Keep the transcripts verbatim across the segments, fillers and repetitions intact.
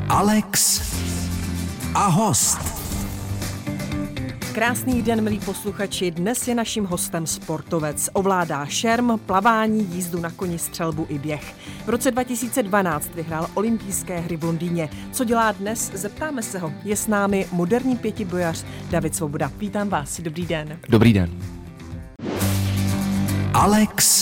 Alex a host. Krásný den, milí posluchači. Dnes je naším hostem sportovec. Ovládá šerm, plavání, jízdu na koni, střelbu i běh. V roce dva tisíce dvanáct vyhrál olympijské hry v Londýně. Co dělá dnes? Zeptáme se ho. Je s námi moderní pětibojař David Svoboda. Vítám vás. Dobrý den. Dobrý den. Alex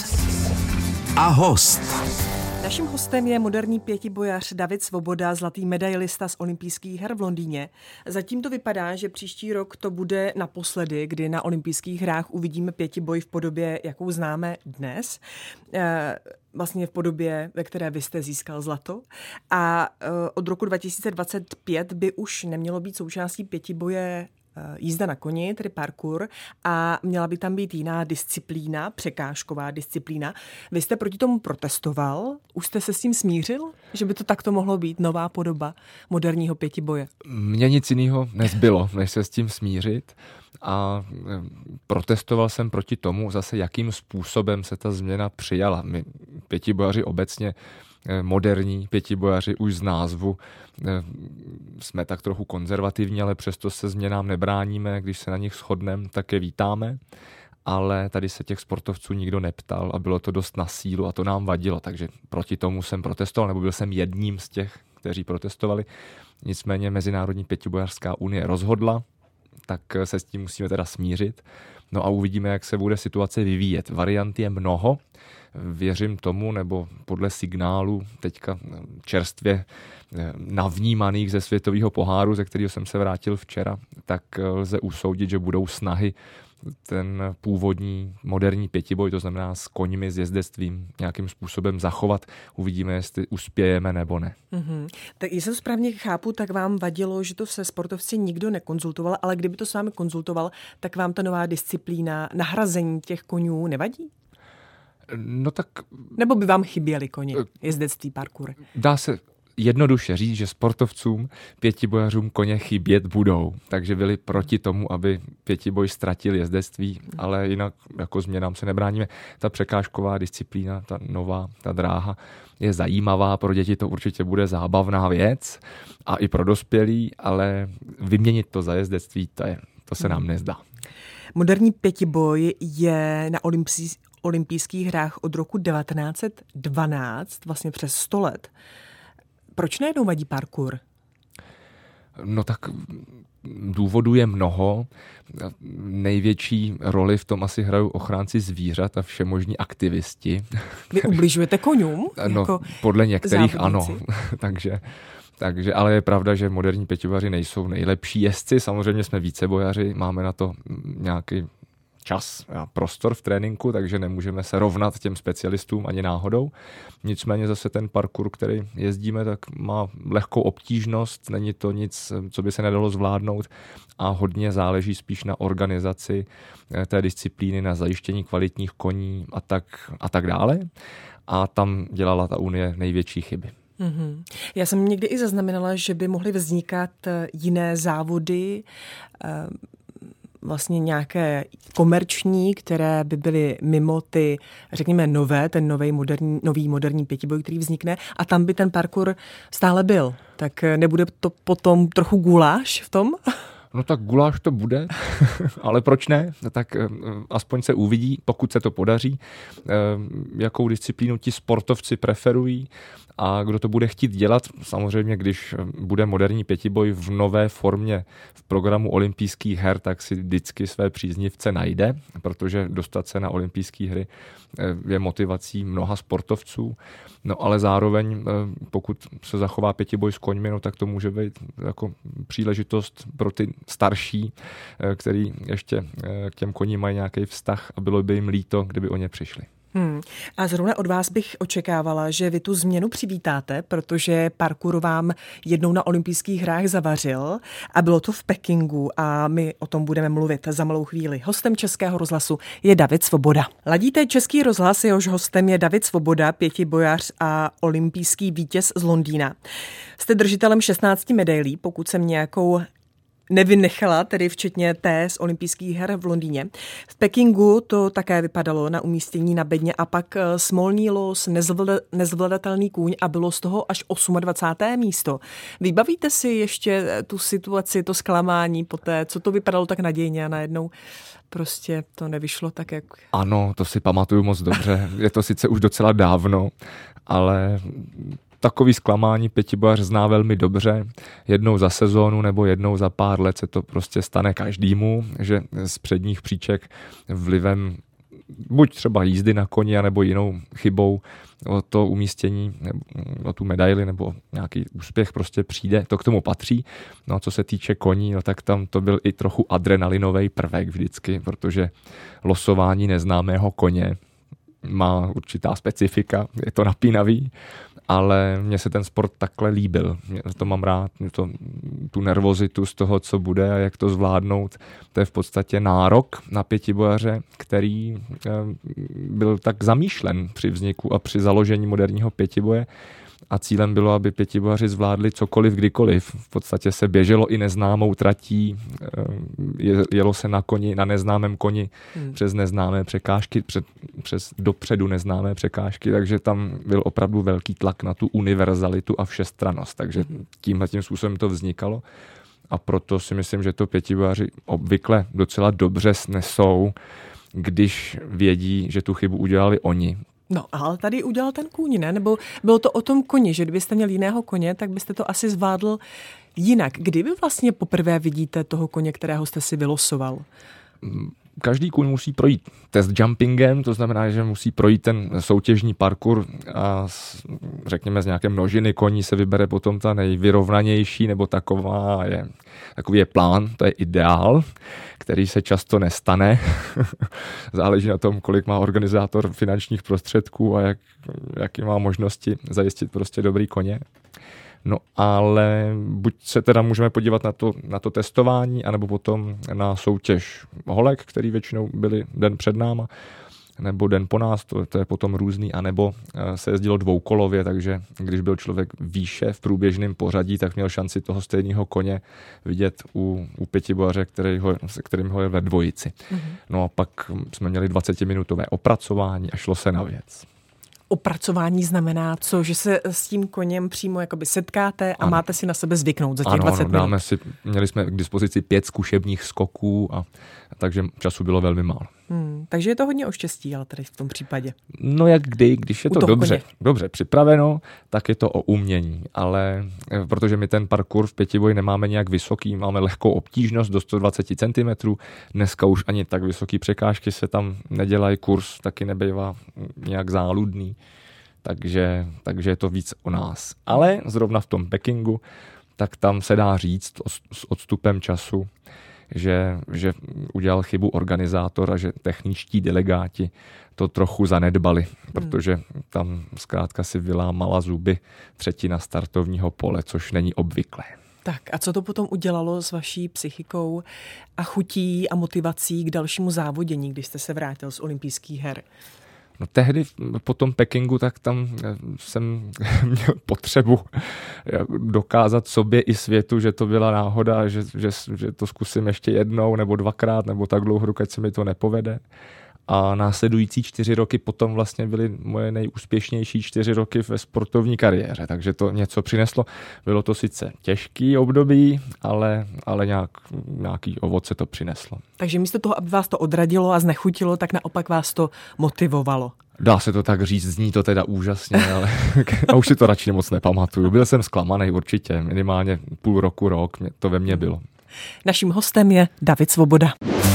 a host. Naším hostem je moderní pětibojař David Svoboda, zlatý medailista z olympijských her v Londýně. Zatím to vypadá, že příští rok to bude naposledy, kdy na olympijských hrách uvidíme pětiboj v podobě, jakou známe dnes. Vlastně v podobě, ve které vy jste získal zlato. A od roku dva tisíce dvacet pět by už nemělo být součástí pětiboje jízda na koni, tedy parkour, a měla by tam být jiná disciplína, překážková disciplína. Vy jste proti tomu protestoval? Už jste se s tím smířil? Že by to takto mohlo být nová podoba moderního pětiboje? Mně nic jiného nezbylo, než se s tím smířit. A protestoval jsem proti tomu zase, jakým způsobem se ta změna přijala. My pětibojaři obecně, moderní pětibojaři už z názvu, jsme tak trochu konzervativní, ale přesto se změnám nebráníme. Když se na nich shodneme, tak je vítáme. Ale tady se těch sportovců nikdo neptal a bylo to dost na sílu a to nám vadilo. Takže proti tomu jsem protestoval, nebo byl jsem jedním z těch, kteří protestovali. Nicméně Mezinárodní pětibojařská unie rozhodla, tak se s tím musíme teda smířit. No a uvidíme, jak se bude situace vyvíjet. Variant je mnoho. Věřím tomu, nebo podle signálu teďka čerstvě navnímaných ze světového poháru, ze kterého jsem se vrátil včera, tak lze usoudit, že budou snahy ten původní moderní pětiboj, to znamená s koňmi, s jezdectvím, nějakým způsobem zachovat. Uvidíme, jestli uspějeme nebo ne. Mm-hmm. Tak jestli to správně chápu, tak vám vadilo, že to se sportovci nikdo nekonzultoval, ale kdyby to s vámi konzultoval, tak vám ta nová disciplína nahrazení těch koňů nevadí? No tak... Nebo by vám chyběli koni, jezdectví, parkour? Dá se jednoduše říct, že sportovcům, pětibojařům koně chybět budou. Takže byli proti tomu, aby pětiboj ztratil jezdectví, ale jinak jako změnám se nebráníme. Ta překážková disciplína, ta nová, ta dráha je zajímavá, pro děti to určitě bude zábavná věc a i pro dospělí, ale vyměnit to za jezdectví, to, je, to se nám nezdá. Moderní pětiboj je na olympijských olympijských hrách od roku devatenáct set dvanáct, vlastně přes sto let. Proč najednou vadí parkour? No tak důvodů je mnoho. Největší roli v tom asi hrajou ochránci zvířat a všemožní aktivisti. Vy ubližujete koňům? No, jako podle některých závodníci? Ano. takže, takže, ale je pravda, že moderní pětibojaři nejsou nejlepší jezdci. Samozřejmě jsme vícebojaři, máme na to nějaký čas a prostor v tréninku, takže nemůžeme se rovnat těm specialistům ani náhodou. Nicméně zase ten parkour, který jezdíme, tak má lehkou obtížnost, není to nic, co by se nedalo zvládnout a hodně záleží spíš na organizaci té disciplíny, na zajištění kvalitních koní a tak, a tak dále. A tam dělala ta unie největší chyby. Mm-hmm. Já jsem někdy i zaznamenala, že by mohly vznikat jiné závody, vlastně nějaké komerční, které by byly mimo ty, řekněme, nové, ten nový moderní, nový moderní pětiboj, který vznikne, a tam by ten parkour stále byl. Tak nebude to potom trochu guláš v tom? No tak guláš to bude, ale proč ne? Tak aspoň se uvidí, pokud se to podaří, jakou disciplínu ti sportovci preferují a kdo to bude chtít dělat. Samozřejmě, když bude moderní pětiboj v nové formě v programu olympijských her, tak si vždycky své příznivce najde, protože dostat se na olympijské hry je motivací mnoha sportovců. No ale zároveň, pokud se zachová pětiboj s koňmi, no, tak to může být jako příležitost pro ty starší, který ještě k těm koním mají nějaký vztah a bylo by jim líto, kdyby o ně přišli. Hmm. A zrovna od vás bych očekávala, že vy tu změnu přivítáte, protože parkour vám jednou na olympijských hrách zavařil a bylo to v Pekingu a my o tom budeme mluvit za malou chvíli. Hostem Českého rozhlasu je David Svoboda. Ladíte Český rozhlas, jehož hostem je David Svoboda, pětibojař a olympijský vítěz z Londýna. Jste držitelem šestnácti medailí, pokud jsem nějakou nevynechala, tedy včetně té z olympijských her v Londýně. V Pekingu to také vypadalo na umístění na bedně a pak smolný los, nezvladatelný kůň a bylo z toho až dvacáté osmé místo. Vybavíte si ještě tu situaci, to zklamání poté, co to vypadalo tak nadějně a najednou prostě to nevyšlo tak, jak... Ano, to si pamatuju moc dobře. Je to sice už docela dávno, ale takový zklamání pětibojař zná velmi dobře. Jednou za sezónu nebo jednou za pár let se to prostě stane každému, že z předních příček vlivem buď třeba jízdy na koni, nebo jinou chybou o to umístění, nebo o tu medaili, nebo nějaký úspěch prostě přijde, to k tomu patří. No a co se týče koní, no tak tam to byl i trochu adrenalinový prvek vždycky, protože losování neznámého koně má určitá specifika, je to napínavý, ale mně se ten sport takhle líbil. Mě to mám rád, mě to, tu nervozitu z toho, co bude a jak to zvládnout. To je v podstatě nárok na pětibojaře, který byl tak zamýšlen při vzniku a při založení moderního pětiboje. A cílem bylo, aby pětibojaři zvládli cokoliv, kdykoliv. V podstatě se běželo i neznámou tratí, jelo se na koni, na neznámém koni hmm. přes neznámé překážky, před, přes dopředu neznámé překážky, takže tam byl opravdu velký tlak na tu univerzalitu a všestrannost. Takže tímhle tím způsobem to vznikalo. A proto si myslím, že to pětibojaři obvykle docela dobře snesou, když vědí, že tu chybu udělali oni. No, ale tady udělal ten kůň, ne? Nebo bylo to o tom koni, že kdybyste měl jiného koně, tak byste to asi zvládl jinak. Kdy vy vlastně poprvé vidíte toho koně, kterého jste si vylosoval? Každý kůň musí projít test jumpingem, to znamená, že musí projít ten soutěžní parkour a řekněme z nějaké množiny koní se vybere potom ta nejvyrovnanější, nebo taková je, takový je plán, to je ideál, který se často nestane. Záleží na tom, kolik má organizátor finančních prostředků a jak, jaký má možnosti zajistit prostě dobrý koně. No ale buď se teda můžeme podívat na to, na to testování, anebo potom na soutěž holek, který většinou byli den před náma, nebo den po nás, to, to je potom různý, anebo se jezdilo dvoukolově, takže když byl člověk výše v průběžném pořadí, tak měl šanci toho stejného koně vidět u, u pětibojaře, který ho, se kterým ho je ve dvojici. Mm-hmm. No a pak jsme měli dvacetiminutové opracování a šlo se na věc. Opracování znamená co? Že se s tím koněm přímo jakoby setkáte a ano. máte si na sebe zvyknout za těch ano, dvacet ano, minut. Dáme si, měli jsme k dispozici pět zkušebních skoků, a, takže času bylo velmi málo. Hmm, takže je to hodně o štěstí, ale tady v tom případě. No jak kdy, když je to dobře, dobře připraveno, tak je to o umění, ale protože my ten parkour v pětiboji nemáme nějak vysoký, máme lehkou obtížnost do sto dvacet centimetrů, dneska už ani tak vysoký překážky se tam nedělají, kurz taky nebývá nějak záludný, takže, takže je to víc o nás. Ale zrovna v tom Pekingu, tak tam se dá říct s odstupem času, Že, že udělal chybu organizátor a že techničtí delegáti to trochu zanedbali, hmm. protože tam zkrátka si vylámala zuby třetina startovního pole, což není obvyklé. Tak a co to potom udělalo s vaší psychikou a chutí a motivací k dalšímu závodění, když jste se vrátil z olympijských her? No tehdy po tom Pekingu, tak tam jsem měl potřebu dokázat sobě i světu, že to byla náhoda, že, že, že to zkusím ještě jednou nebo dvakrát, nebo tak dlouho, dokud se mi to nepovede. A následující čtyři roky potom vlastně byly moje nejúspěšnější čtyři roky ve sportovní kariéře, takže to něco přineslo. Bylo to sice těžký období, ale, ale nějak, nějaký ovoce to přineslo. Takže místo toho, aby vás to odradilo a znechutilo, tak naopak vás to motivovalo. Dá se to tak říct, zní to teda úžasně, ale a už si to radši moc nepamatuju. Byl jsem zklamaný určitě, minimálně půl roku, rok, to ve mně bylo. Naším hostem je David Svoboda.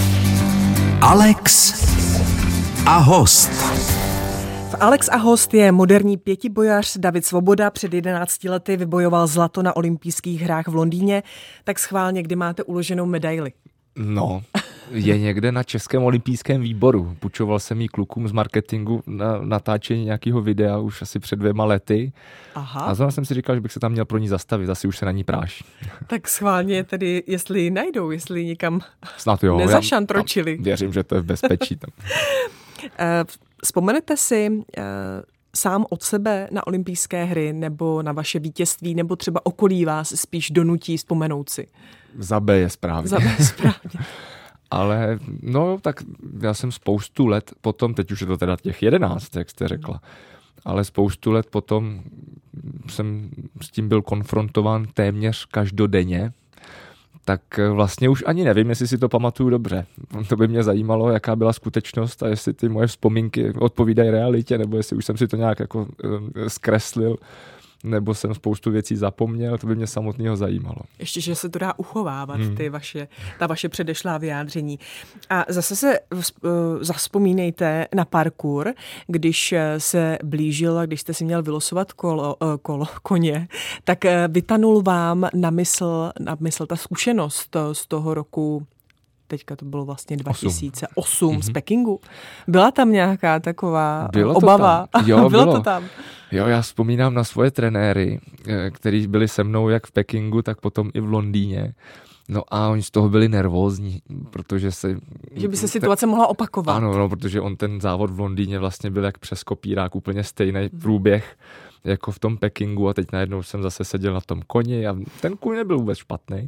Alex a host. V Alex a host je moderní pětibojař David Svoboda. Před jedenácti lety vybojoval zlato na olympijských hrách v Londýně. Tak schválně, kdy máte uloženou medaili? No, je někde na Českém olympijském výboru. Půjčoval jsem jí klukům z marketingu na natáčení nějakého videa už asi před dvěma lety. Aha. A zrovna jsem si říkal, že bych se tam měl pro ní zastavit, asi už se na ní práší. Tak schválně tedy, jestli ji najdou, jestli ji nikam snad jo, nezašantročili. Já, věřím, že to je v bezpečí tam. Vzpomenete si, sám od sebe na olympijské hry nebo na vaše vítězství, nebo třeba okolí vás spíš donutí vzpomenout si? Za B je správně. Za B je správně. Ale no, tak já jsem spoustu let potom, teď už je to teda těch jedenáct, jak jste řekla, ale spoustu let potom jsem s tím byl konfrontován téměř každodenně, tak vlastně už ani nevím, jestli si to pamatuju dobře. To by mě zajímalo, jaká byla skutečnost a jestli ty moje vzpomínky odpovídají realitě, nebo jestli už jsem si to nějak jako zkreslil, nebo jsem spoustu věcí zapomněl, to by mě samotného zajímalo. Ještě, že se to dá uchovávat, hmm. ty vaše, ta vaše předešlá vyjádření. A zase se uh, zavzpomínejte na parkour, když se blížil, když jste si měl vylosovat kolo, uh, kolo koně, tak uh, vytanul vám na mysl, na mysl ta zkušenost z toho roku, teďka to bylo vlastně dva tisíce osm mm-hmm. z Pekingu. Byla tam nějaká taková bylo obava? To tam. Jo, bylo, bylo to tam. Jo, já vzpomínám na svoje trenéry, kteří byli se mnou jak v Pekingu, tak potom i v Londýně. No a oni z toho byli nervózní, protože se... Že by se situace mohla opakovat. Ano, no, protože on ten závod v Londýně vlastně byl jak přes kopírák, úplně stejný průběh jako v tom Pekingu a teď najednou jsem zase seděl na tom koni a ten kůň nebyl vůbec špatný.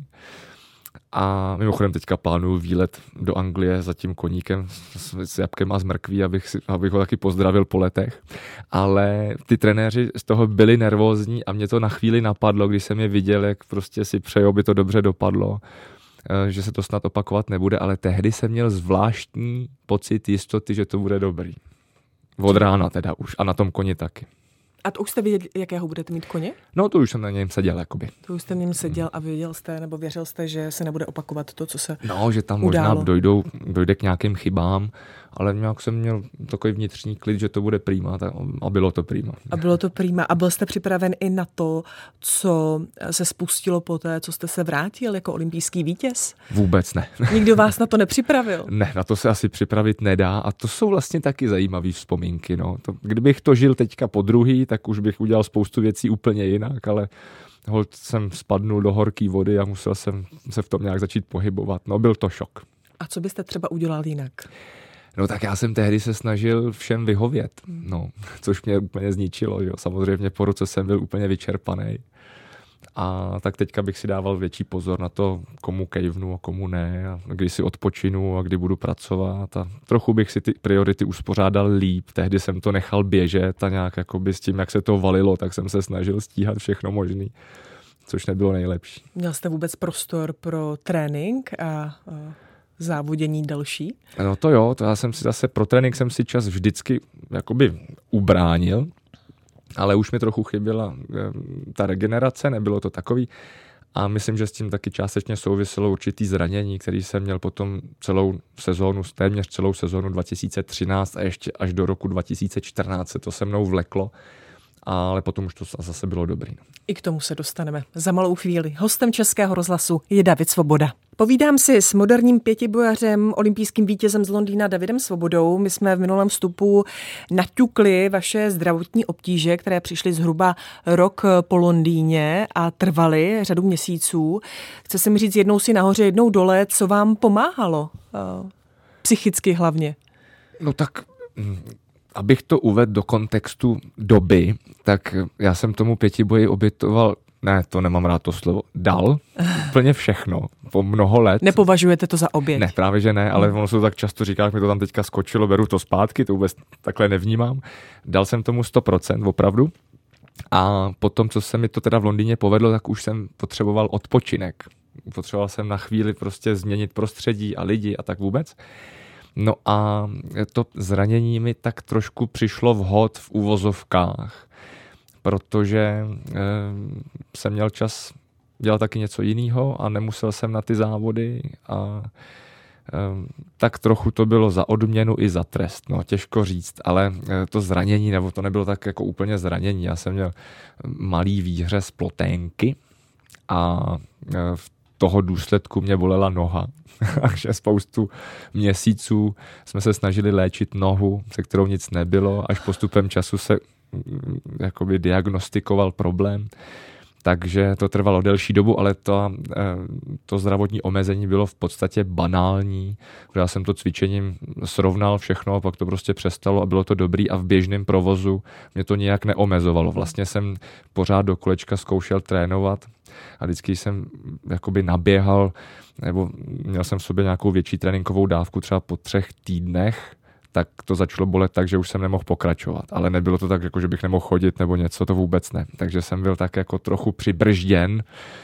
A mimochodem teďka plánuju výlet do Anglie za tím koníkem s, s jabkem a s mrkví, abych, si, abych ho taky pozdravil po letech. Ale ty trenéři z toho byli nervózní a mě to na chvíli napadlo, když jsem je viděl, jak prostě si přejou, aby to dobře dopadlo, že se to snad opakovat nebude, ale tehdy jsem měl zvláštní pocit jistoty, že to bude dobrý. Od rána teda už a na tom koni taky. A to už jste věděli, jakého budete mít koně? No to už jsem na něm seděl, jakoby. To už jste na něm seděl a věděl jste, nebo věřil jste, že se nebude opakovat to, co se No, že tam událo. Možná dojdou, dojde k nějakým chybám, ale nějak jsem měl takový vnitřní klid, že to bude prýma a bylo to prýma. A bylo to prýma. A byl jste připraven i na to, co se spustilo poté, co jste se vrátil jako olympijský vítěz? Vůbec ne. Nikdo vás na to nepřipravil? Ne, na to se asi připravit nedá a to jsou vlastně taky zajímavé vzpomínky. No. To, kdybych to žil teďka po druhý, tak už bych udělal spoustu věcí úplně jinak, ale holt jsem spadnul do horké vody a musel jsem se v tom nějak začít pohybovat. No, byl to šok. A co byste třeba udělal jinak? No tak já jsem tehdy se snažil všem vyhovět, no, což mě úplně zničilo, jo. Samozřejmě po roce jsem byl úplně vyčerpaný. A tak teďka bych si dával větší pozor na to, komu kejvnu a komu ne, a kdy si odpočinu a kdy budu pracovat. A trochu bych si ty priority uspořádal líp. Tehdy jsem to nechal běžet a nějak jakoby s tím, jak se to valilo, tak jsem se snažil stíhat všechno možný, což nebylo nejlepší. Měl jste vůbec prostor pro trénink a... a... závodění další? No to jo, to já jsem si zase pro trénink jsem si čas vždycky jakoby ubránil, ale už mi trochu chyběla ta regenerace, nebylo to takový a myslím, že s tím taky částečně souviselo určitý zranění, který jsem měl potom celou sezónu, téměř celou sezónu dva tisíce třináct a ještě až do roku dva tisíce čtrnáct se to se mnou vleklo, ale potom už to zase bylo dobrý. I k tomu se dostaneme za malou chvíli. Hostem Českého rozhlasu je David Svoboda. Povídám si s moderním pětibojařem, olympijským vítězem z Londýna Davidem Svobodou. My jsme v minulém vstupu naťukli vaše zdravotní obtíže, které přišly zhruba rok po Londýně a trvaly řadu měsíců. Chce se mi říct, jednou si nahoře, jednou dole, co vám pomáhalo? Psychicky hlavně. No tak... Abych to uvedl do kontextu doby, tak já jsem tomu pětiboji obětoval, ne, to nemám rád to slovo, dal úplně všechno, po mnoho let. Nepovažujete to za oběť? Ne, právě že ne, ale ono se to tak často říká, jak mi to tam teďka skočilo, beru to zpátky, to vůbec takhle nevnímám. Dal jsem tomu sto procent opravdu a potom, co se mi to teda v Londýně povedlo, tak už jsem potřeboval odpočinek. Potřeboval jsem na chvíli prostě změnit prostředí a lidi a tak vůbec. No a to zranění mi tak trošku přišlo vhod v uvozovkách, protože e, jsem měl čas dělat taky něco jiného a nemusel jsem na ty závody a e, tak trochu to bylo za odměnu i za trest, no těžko říct, ale e, to zranění, nebo to nebylo tak jako úplně zranění, já jsem měl malý výhřez ploténky a e, v toho důsledku mě bolela noha. Takže spoustu měsíců jsme se snažili léčit nohu, se kterou nic nebylo, až postupem času se jakoby diagnostikoval problém. takže to trvalo delší dobu, ale to, to zdravotní omezení bylo v podstatě banální. Já jsem to cvičením srovnal všechno a pak to prostě přestalo a bylo to dobrý a v běžném provozu mě to nijak neomezovalo. Vlastně jsem pořád do kolečka zkoušel trénovat a vždycky jsem jakoby naběhal, nebo měl jsem v sobě nějakou větší tréninkovou dávku třeba po třech týdnech, tak to začalo bolet tak, že už jsem nemohl pokračovat. Ale nebylo to tak, jako že bych nemohl chodit nebo něco, to vůbec ne. Takže jsem byl tak jako trochu přibržděn,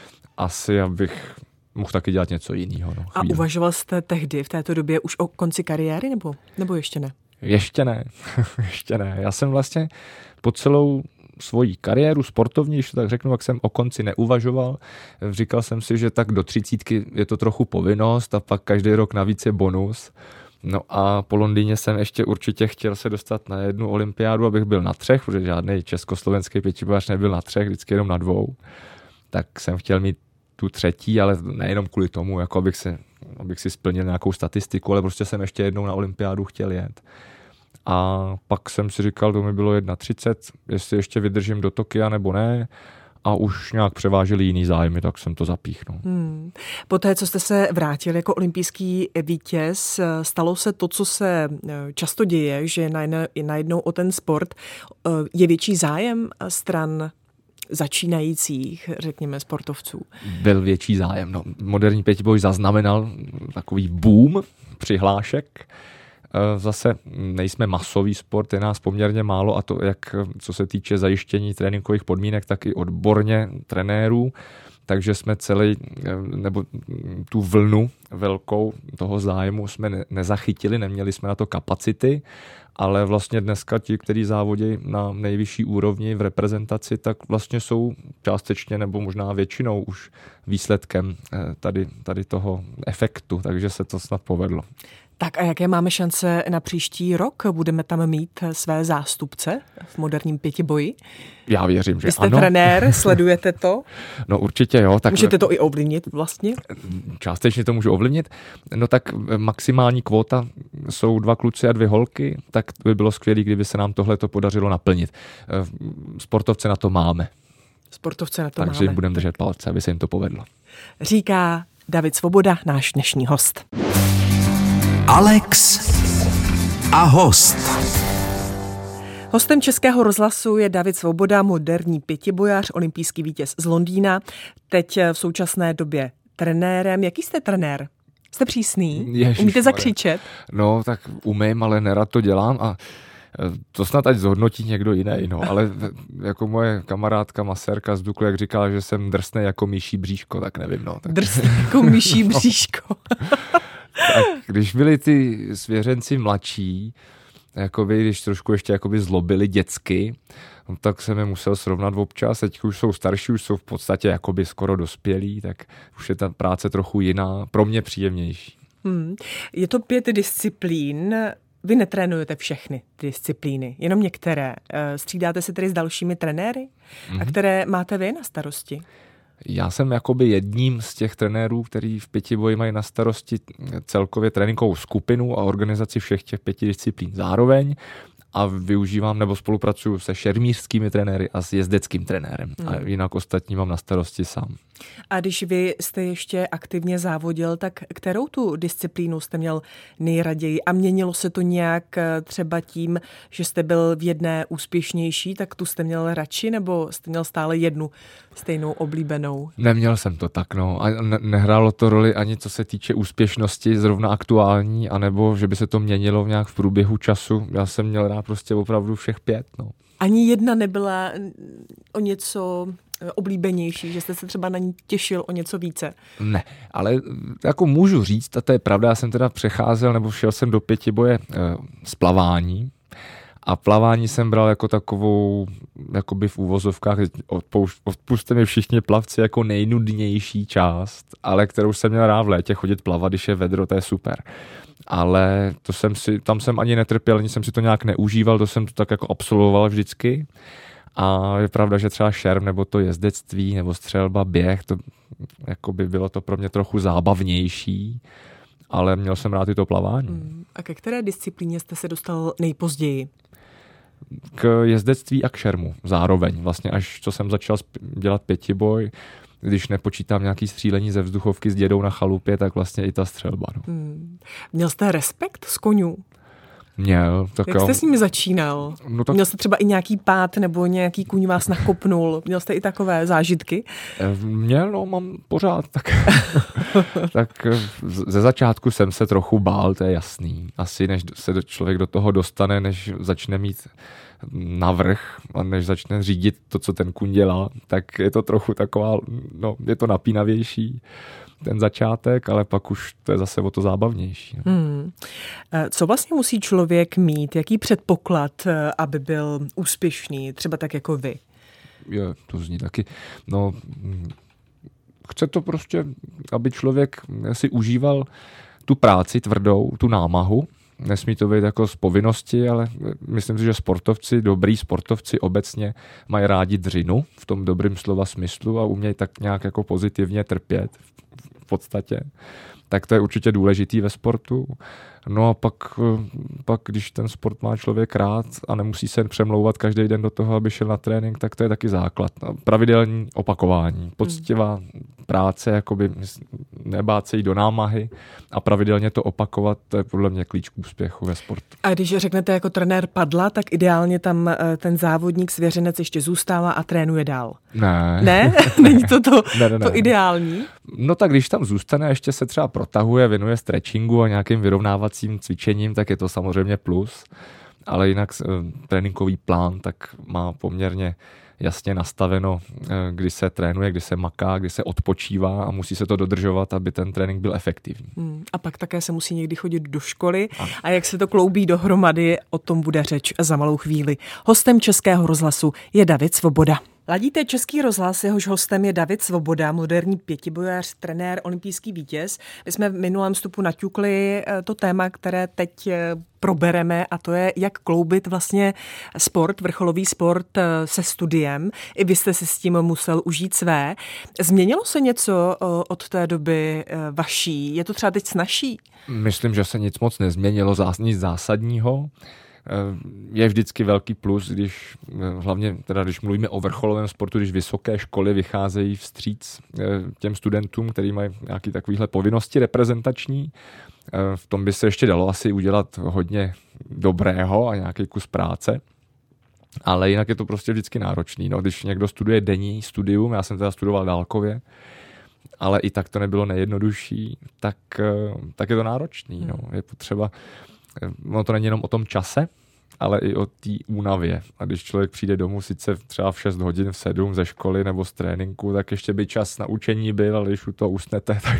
asi abych mohl taky dělat něco jiného. No, a uvažoval jste tehdy v této době už o konci kariéry nebo, nebo ještě ne? Ještě ne, ještě ne. Já jsem vlastně po celou svoji kariéru sportovní, když to tak řeknu, jak jsem o konci neuvažoval. Říkal jsem si, že tak do třicítky je to trochu povinnost a pak každý rok navíc je bonus. No a po Londýně jsem ještě určitě chtěl se dostat na jednu olympiádu, abych byl na třech, protože žádný československý pětibojař nebyl na třech, vždycky jenom na dvou. Tak jsem chtěl mít tu třetí, ale nejenom kvůli tomu, jako abych, se, abych si splnil nějakou statistiku, ale prostě jsem ještě jednou na olympiádu chtěl jet. A pak jsem si říkal, to mi bylo třicet jedna, jestli ještě vydržím do Tokia nebo ne. A už nějak převážili jiný zájmy, tak jsem to zapíchnul. Hmm. Poté, co jste se vrátil jako olympijský vítěz, stalo se to, co se často děje, že najednou o ten sport je větší zájem stran začínajících, řekněme, sportovců. Byl větší zájem. No, moderní pětiboj zaznamenal takový boom přihlášek. Zase nejsme masový sport, je nás poměrně málo a to jak co se týče zajištění tréninkových podmínek, tak i odborně trenérů, takže jsme celý, nebo tu vlnu velkou toho zájmu jsme ne, nezachytili, neměli jsme na to kapacity, ale vlastně dneska ti, kteří závodí na nejvyšší úrovni v reprezentaci, tak vlastně jsou částečně nebo možná většinou už výsledkem tady, tady toho efektu, takže se to snad povedlo. Tak a jaké máme šance na příští rok? Budeme tam mít své zástupce v moderním pětiboji? Já věřím, že Vy jste ano. trenér, sledujete to? No určitě jo. Tak můžete to i ovlivnit vlastně? Částečně to můžu ovlivnit. No tak maximální kvóta jsou dva kluci a dvě holky, tak by bylo skvělé, kdyby se nám tohle to podařilo naplnit. Sportovce na to máme. Sportovce na to Takže máme. Takže jim budeme držet palce, aby se jim to povedlo. Říká David Svoboda, náš dnešní host. Alex a host. Hostem Českého rozhlasu je David Svoboda, moderní pětibojař, olympijský vítěz z Londýna, teď v současné době trenérem. Jaký jste trenér? Jste přísný? Ježiš, umíte zakřičet? No, tak umím, ale nerad to dělám a to snad ať zhodnotí někdo jiný, no, ale jako moje kamarádka masérka z Dukly, jak říkala, že jsem drsnej jako myší bříško, tak nevím, no. Tak... Drsnej jako myší bříško. Tak když byli ty svěřenci mladší, jakoby, když trošku ještě jakoby zlobili dětsky, no, tak jsem je musel srovnat občas, teď už jsou starší, už jsou v podstatě jakoby skoro dospělí, tak už je ta práce trochu jiná, pro mě příjemnější. Hmm. Je to pět disciplín, vy netrénujete všechny ty disciplíny, jenom některé. Střídáte se tedy s dalšími trenéry, mm-hmm. a které máte vy na starosti? Já jsem jakoby jedním z těch trenérů, který v pětiboji mají na starosti celkově tréninkovou skupinu a organizaci všech těch pěti disciplín zároveň a využívám nebo spolupracuju se šermířskými trenéry a s jezdeckým trenérem. Hmm. A jinak ostatní mám na starosti sám. A když vy jste ještě aktivně závodil, tak kterou tu disciplínu jste měl nejraději? A měnilo se to nějak třeba tím, že jste byl v jedné úspěšnější, tak tu jste měl radši, nebo jste měl stále jednu stejnou oblíbenou? Neměl jsem to tak, no. A ne- nehrálo to roli ani co se týče úspěšnosti zrovna aktuální, anebo že by se to měnilo nějak v průběhu času. Já jsem měl rád prostě opravdu všech pět, no. Ani jedna nebyla o něco oblíbenější, že jste se třeba na ní těšil o něco více? Ne, ale jako můžu říct, a to je pravda, já jsem teda přecházel, nebo šel jsem do pětiboje e, z plavání a plavání jsem bral jako takovou, jakoby v úvozovkách, odpuste mi všichni plavci, jako nejnudnější část, ale kterou jsem měl rád v létě chodit plavat, když je vedro, to je super. Ale to jsem si, tam jsem ani netrpěl, ani jsem si to nějak neužíval, to jsem to tak jako absolvoval vždycky. A je pravda, že třeba šerm, nebo to jezdectví, nebo střelba, běh, to jako by bylo to pro mě trochu zábavnější, ale měl jsem rád i to plavání. Hmm. A ke které disciplíně jste se dostal nejpozději? k jezdectví a k šermu zároveň. Vlastně až co jsem začal dělat pětiboj, když nepočítám nějaký střílení ze vzduchovky s dědou na chalupě, tak vlastně i ta střelba. No. Hmm. Měl jste respekt z koňů? Měl. Tak Jak jste s nimi začínal? No tak... Měl jste třeba i nějaký pád nebo nějaký kůň vás nakopnul? Měl jste i takové zážitky? Měl, no, mám pořád. Tak, tak ze začátku jsem se trochu bál, to je jasný. Asi než se člověk do toho dostane, než začne mít navrch a než začne řídit to, co ten kůň dělá, tak je to trochu taková, no, je to napínavější ten začátek, ale pak už to je zase o to zábavnější. Hmm. Co vlastně musí člověk mít? Jaký předpoklad, aby byl úspěšný, třeba tak jako vy? Je, to zní taky. No, chce to prostě, aby člověk si užíval tu práci tvrdou, tu námahu. Nesmí to být jako z povinnosti, ale myslím si, že sportovci, dobrý sportovci obecně mají rádi dřinu v tom dobrým slova smyslu a umějí tak nějak jako pozitivně trpět v podstatě. Tak to je určitě důležitý ve sportu. No a pak, pak, když ten sport má člověk rád a nemusí se přemlouvat každý den do toho, aby šel na trénink, tak to je taky základ. Pravidelní opakování, poctivá práce, jakoby nebát se jít do námahy a pravidelně to opakovat, to je podle mě klíč k úspěchu ve sportu. A když řeknete jako trenér padla, tak ideálně tam ten závodník, svěřenec ještě zůstává a trénuje dál. Ne. Ne? Není to to, ne, ne, ne. to ideální? No tak když tam zůstane, ještě se třeba protahuje, věnuje stretchingu a nějakým vyrovnávacím cvičením, tak je to samozřejmě plus. Ale jinak tréninkový plán tak má poměrně jasně nastaveno, kdy se trénuje, kdy se maká, kdy se odpočívá a musí se to dodržovat, aby ten trénink byl efektivní. Hmm. A pak také se musí někdy chodit do školy a. a jak se to kloubí dohromady, o tom bude řeč za malou chvíli. Hostem Českého rozhlasu je David Svoboda. Ladíte Český rozhlas, jehož hostem je David Svoboda, moderní pětibojař, trenér, olympijský vítěz. My jsme v minulém vstupu naťukli to téma, které teď probereme, a to je, jak kloubit vlastně sport, vrcholový sport se studiem. I vy jste si s tím musel užít své. Změnilo se něco od té doby vaší? Je to třeba teď snazší? Myslím, že se nic moc nezměnilo, nic zásadního. Je vždycky velký plus, když hlavně teda když mluvíme o vrcholovém sportu, když vysoké školy vycházejí vstříc těm studentům, kteří mají nějaké takovéhle povinnosti reprezentační. V tom by se ještě dalo asi udělat hodně dobrého a nějaký kus práce. Ale jinak je to prostě vždycky náročný. No, když někdo studuje denní studium, já jsem teda studoval dálkově, ale i tak to nebylo nejjednodušší, tak, tak je to náročný. No. Je potřeba. No to není jenom o tom čase, ale i o té únavě. A když člověk přijde domů sice třeba v šest hodin, v sedm ze školy nebo z tréninku, tak ještě by čas na učení byl, ale když u toho usnete, tak,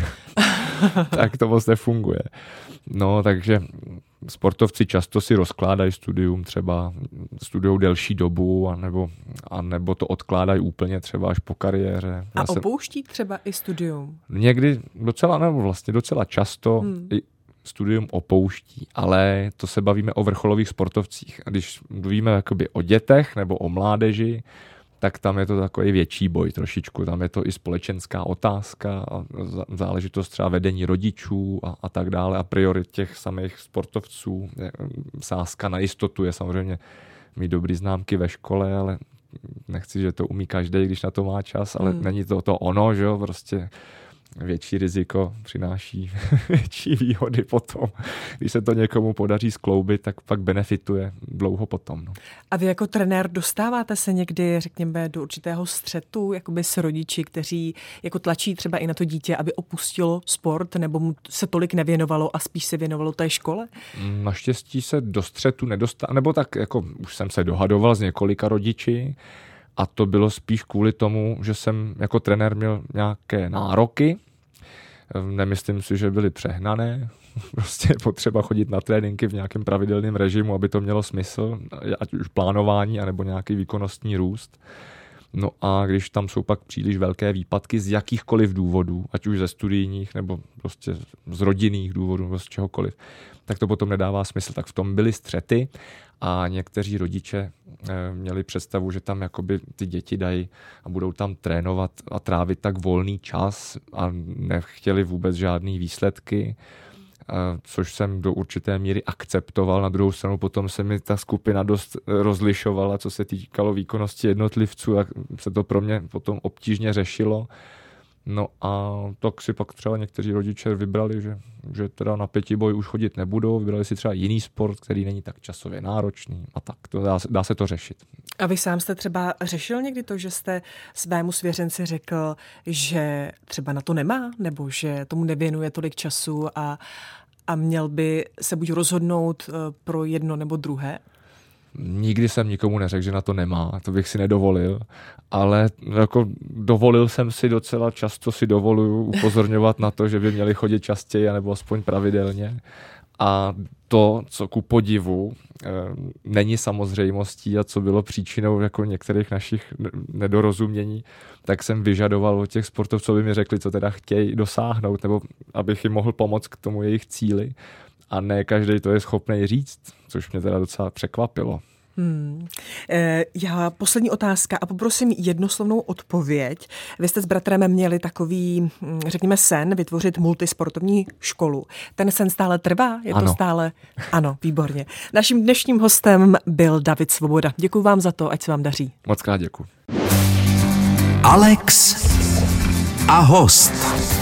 tak to moc nefunguje. No, takže sportovci často si rozkládají studium, třeba studujou delší dobu, anebo, anebo to odkládají úplně třeba až po kariéře. A opouští třeba i studium? Někdy docela, nebo vlastně docela často hmm. i studium opouští, ale to se bavíme o vrcholových sportovcích. A když mluvíme jakoby o dětech nebo o mládeži, tak tam je to takový větší boj trošičku. Tam je to i společenská otázka a záležitost třeba vedení rodičů a, a tak dále a priorit těch samých sportovců. Sázka na jistotu je samozřejmě mít dobrý známky ve škole, ale nechci, že to umí každý, když na to má čas, ale hmm. není to to ono, že jo, prostě větší riziko přináší větší výhody potom. Když se to někomu podaří skloubit, tak pak benefituje dlouho potom. No. A vy jako trenér dostáváte se někdy, řekněme, do určitého střetu jakoby s rodiči, kteří jako tlačí třeba i na to dítě, aby opustilo sport, nebo mu se tolik nevěnovalo a spíš se věnovalo té škole? Naštěstí se do střetu nedostává, nebo tak jako už jsem se dohadoval s několika rodiči, a to bylo spíš kvůli tomu, že jsem jako trenér měl nějaké nároky. Nemyslím si, že byly přehnané. Prostě je potřeba chodit na tréninky v nějakém pravidelném režimu, aby to mělo smysl, ať už plánování, anebo nějaký výkonnostní růst. No a když tam jsou pak příliš velké výpadky z jakýchkoliv důvodů, ať už ze studijních, nebo prostě z rodinných důvodů, nebo z čehokoliv, tak to potom nedává smysl. Tak v tom byly střety a někteří rodiče měli představu, že tam jakoby ty děti dají a budou tam trénovat a trávit tak volný čas a nechtěli vůbec žádný výsledky. což jsem do určité míry akceptoval. Na druhou stranu potom se mi ta skupina dost rozlišovala, co se týkalo výkonnosti jednotlivců, a se to pro mě potom obtížně řešilo. No a tak si pak třeba někteří rodiče vybrali, že, že teda na pětiboj už chodit nebudou, vybrali si třeba jiný sport, který není tak časově náročný a tak, to dá, dá se to řešit. A vy sám jste třeba řešil někdy to, že jste svému svěřenci řekl, že třeba na to nemá, nebo že tomu nevěnuje tolik času a, a měl by se buď rozhodnout pro jedno nebo druhé? Nikdy jsem nikomu neřekl, že na to nemá, to bych si nedovolil, ale jako dovolil jsem si docela často si dovoluju upozorňovat na to, že by měli chodit častěji nebo aspoň pravidelně. A to, co ku podivu e, není samozřejmostí a co bylo příčinou jako některých našich nedorozumění, tak jsem vyžadoval od těch sportovců, aby mi řekli, co teda chtějí dosáhnout, nebo abych jim mohl pomoct k tomu jejich cíli. A ne každý to je schopný říct, což mě teda docela překvapilo. Hmm. E, já poslední otázka a poprosím jednoslovnou odpověď. Vy jste s bratrem měli takový, řekněme, sen vytvořit multisportovní školu. Ten sen stále trvá? Je ano. to stále? Ano, výborně. Naším dnešním hostem byl David Svoboda. Děkuji vám za to, ať se vám daří. Moc krát děkuji. Alex a host.